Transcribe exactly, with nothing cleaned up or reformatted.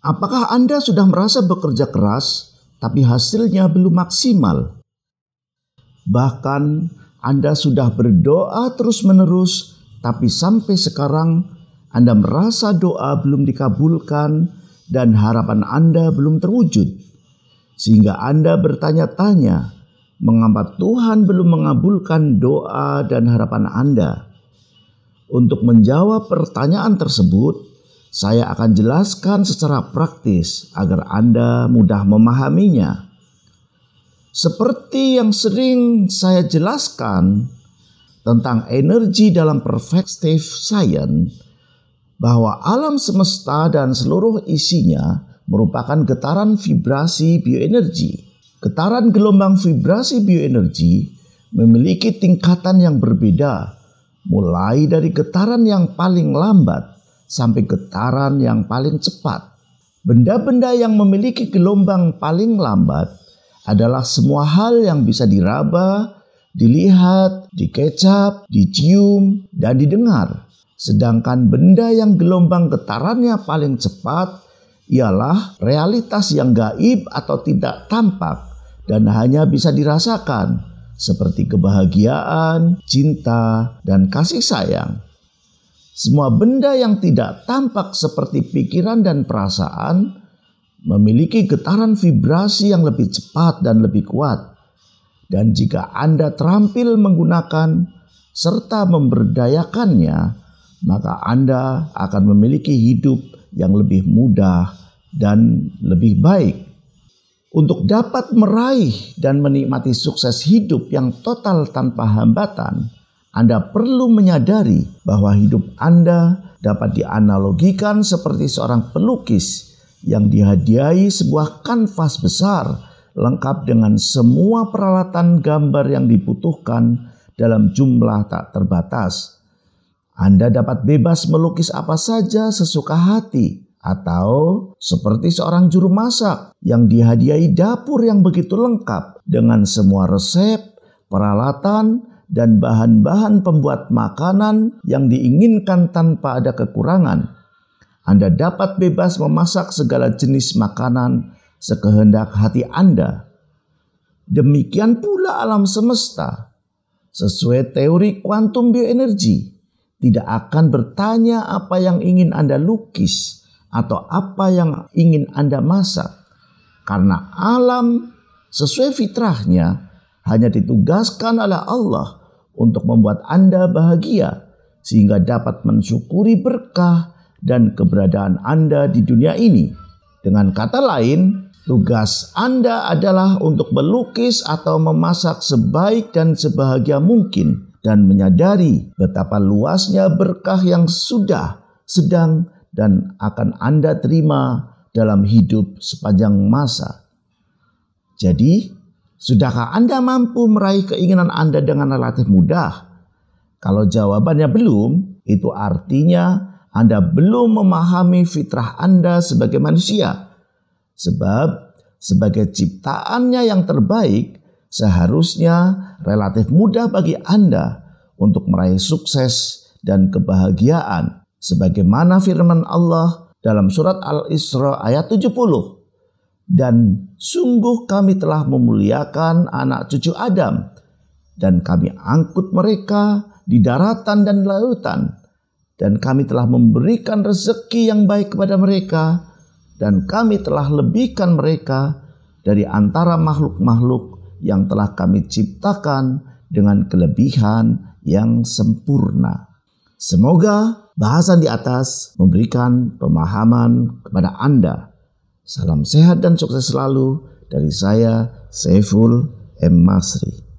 Apakah Anda sudah merasa bekerja keras, tapi hasilnya belum maksimal? Bahkan Anda sudah berdoa terus-menerus, tapi sampai sekarang Anda merasa doa belum dikabulkan dan harapan Anda belum terwujud. Sehingga Anda bertanya-tanya, mengapa Tuhan belum mengabulkan doa dan harapan Anda? Untuk menjawab pertanyaan tersebut, saya akan jelaskan secara praktis agar Anda mudah memahaminya. Seperti yang sering saya jelaskan tentang energi dalam perspektif sains, bahwa alam semesta dan seluruh isinya merupakan getaran vibrasi bioenergi. Getaran gelombang vibrasi bioenergi memiliki tingkatan yang berbeda, mulai dari getaran yang paling lambat sampai getaran yang paling cepat. Benda-benda yang memiliki gelombang paling lambat adalah semua hal yang bisa diraba, dilihat, dikecap, dicium, dan didengar. Sedangkan benda yang gelombang getarannya paling cepat ialah realitas yang gaib atau tidak tampak dan hanya bisa dirasakan, seperti kebahagiaan, cinta, dan kasih sayang. Semua benda yang tidak tampak seperti pikiran dan perasaan memiliki getaran vibrasi yang lebih cepat dan lebih kuat. Dan jika Anda terampil menggunakan serta memberdayakannya, maka Anda akan memiliki hidup yang lebih mudah dan lebih baik. Untuk dapat meraih dan menikmati sukses hidup yang total tanpa hambatan, Anda perlu menyadari bahwa hidup Anda dapat dianalogikan seperti seorang pelukis yang dihadiahi sebuah kanvas besar lengkap dengan semua peralatan gambar yang dibutuhkan dalam jumlah tak terbatas. Anda dapat bebas melukis apa saja sesuka hati, atau seperti seorang juru masak yang dihadiahi dapur yang begitu lengkap dengan semua resep, peralatan, dan bahan-bahan pembuat makanan yang diinginkan tanpa ada kekurangan. Anda dapat bebas memasak segala jenis makanan sekehendak hati Anda. Demikian pula alam semesta. Sesuai teori kuantum bioenergi, tidak akan bertanya apa yang ingin Anda lukis atau apa yang ingin Anda masak. Karena alam sesuai fitrahnya hanya ditugaskan oleh Allah untuk membuat Anda bahagia sehingga dapat mensyukuri berkah dan keberadaan Anda di dunia ini. Dengan kata lain, tugas Anda adalah untuk melukis atau memasak sebaik dan sebahagia mungkin dan menyadari betapa luasnya berkah yang sudah, sedang, dan akan Anda terima dalam hidup sepanjang masa. Jadi, sudahkah Anda mampu meraih keinginan Anda dengan relatif mudah? Kalau jawabannya belum, itu artinya Anda belum memahami fitrah Anda sebagai manusia. Sebab sebagai ciptaannya yang terbaik, seharusnya relatif mudah bagi Anda untuk meraih sukses dan kebahagiaan. Sebagaimana firman Allah dalam surat Al-Isra ayat tujuh puluh. Dan sungguh kami telah memuliakan anak cucu Adam, dan kami angkut mereka di daratan dan lautan, dan kami telah memberikan rezeki yang baik kepada mereka, dan kami telah lebihkan mereka dari antara makhluk-makhluk yang telah kami ciptakan dengan kelebihan yang sempurna. Semoga bahasan di atas memberikan pemahaman kepada Anda. Salam sehat dan sukses selalu dari saya, Saiful M. Masri.